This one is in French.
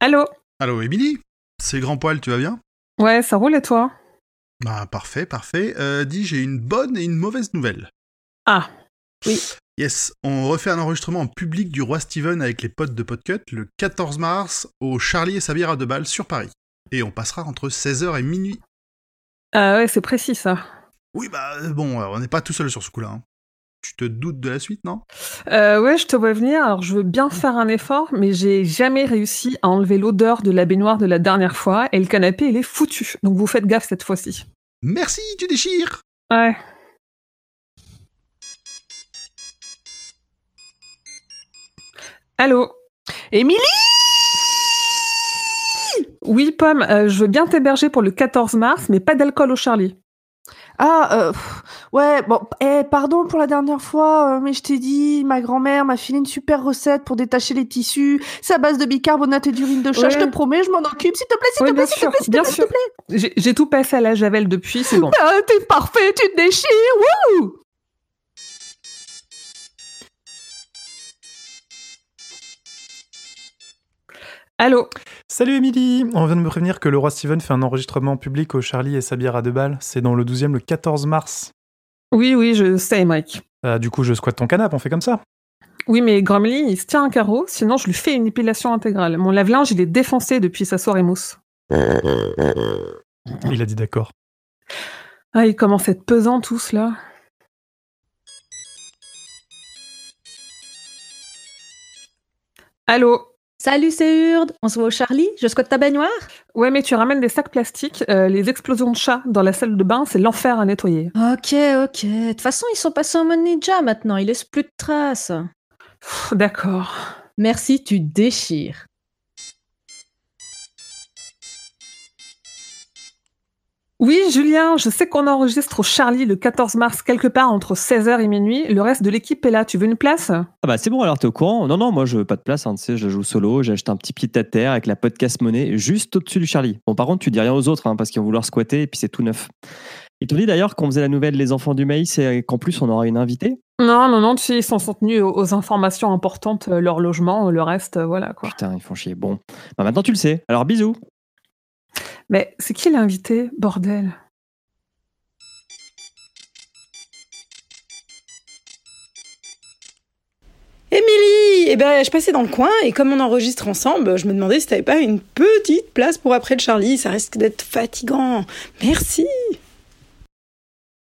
Allô? Allô, Émilie? C'est Grand Poil, tu vas bien? Ouais, ça roule et toi? Bah, parfait. Dis, j'ai une bonne et une mauvaise nouvelle. Ah, oui. Yes, on refait un enregistrement en public du Roi Steven avec les potes de Podcut le 14 mars au Charlie et sa bière à 2 balles sur Paris. Et on passera entre 16h et minuit. Ah ouais, c'est précis ça. Oui, on n'est pas tout seul sur ce coup-là. Tu te doutes de la suite, non? Ouais, je te vois venir. Alors, je veux bien faire un effort, mais j'ai jamais réussi à enlever l'odeur de la baignoire de la dernière fois, et le canapé, il est foutu. Donc, vous faites gaffe cette fois-ci. Merci, tu déchires! Ouais. Allô? Émilie! Oui, Pomme, je veux bien t'héberger pour le 14 mars, mais pas d'alcool au Charlie. Ouais, bon, pardon pour la dernière fois, mais je t'ai dit, ma grand-mère m'a filé une super recette pour détacher les tissus, c'est à base de bicarbonate et d'urine de chat, Ouais. je te promets, je m'en occupe, s'il te plaît, s'il Oui, te plaît, bien s'il te sûr, plaît, s'il te bien plaît, s'il te sûr. plaît. J'ai tout passé à la javel depuis, c'est bon. Ah, t'es parfait, tu te déchires, wouh! Allô? Salut Émilie, on vient de me prévenir que le Roi Steven fait un enregistrement public au Charlie et sa bière à 2 balles. C'est dans le 12e le 14 mars. Oui, je sais, Mike. Du coup, je squatte ton canapé, on fait comme ça. Oui, mais Gromly, il se tient un carreau, sinon je lui fais une épilation intégrale. Mon lave-linge, il est défoncé depuis sa soirée mousse. Il a dit d'accord. Ah, il commence à être pesant tout cela. Allô? Salut, c'est Urde. On se voit au Charlie? Je squatte ta baignoire? Ouais, mais tu ramènes des sacs plastiques. Les explosions de chats dans la salle de bain, c'est l'enfer à nettoyer. Ok. De toute façon, ils sont passés en mode ninja maintenant. Ils laissent plus de traces. D'accord. Merci, tu déchires. Oui, Julien, je sais qu'on enregistre au Charlie le 14 mars quelque part entre 16h et minuit. Le reste de l'équipe est là. Tu veux une place? Ah bah c'est bon, alors t'es au courant. Non, moi je veux pas de place, tu sais, je joue solo, j'ai acheté un petit pied à terre avec la podcast monnaie juste au-dessus du Charlie. Bon, par contre, tu dis rien aux autres, parce qu'ils vont vouloir squatter et puis c'est tout neuf. Ils t'ont dit d'ailleurs qu'on faisait la nouvelle Les Enfants du Maïs et qu'en plus on aura une invitée? Non, tu sais, ils s'en sont tenus aux informations importantes, leur logement, le reste, voilà quoi. Putain, ils font chier. Bon, bah maintenant tu le sais, alors bisous. Mais c'est qui l'invité, bordel? Émilie! Je passais dans le coin et comme on enregistre ensemble, je me demandais si t'avais pas une petite place pour après le Charlie. Ça risque d'être fatigant. Merci!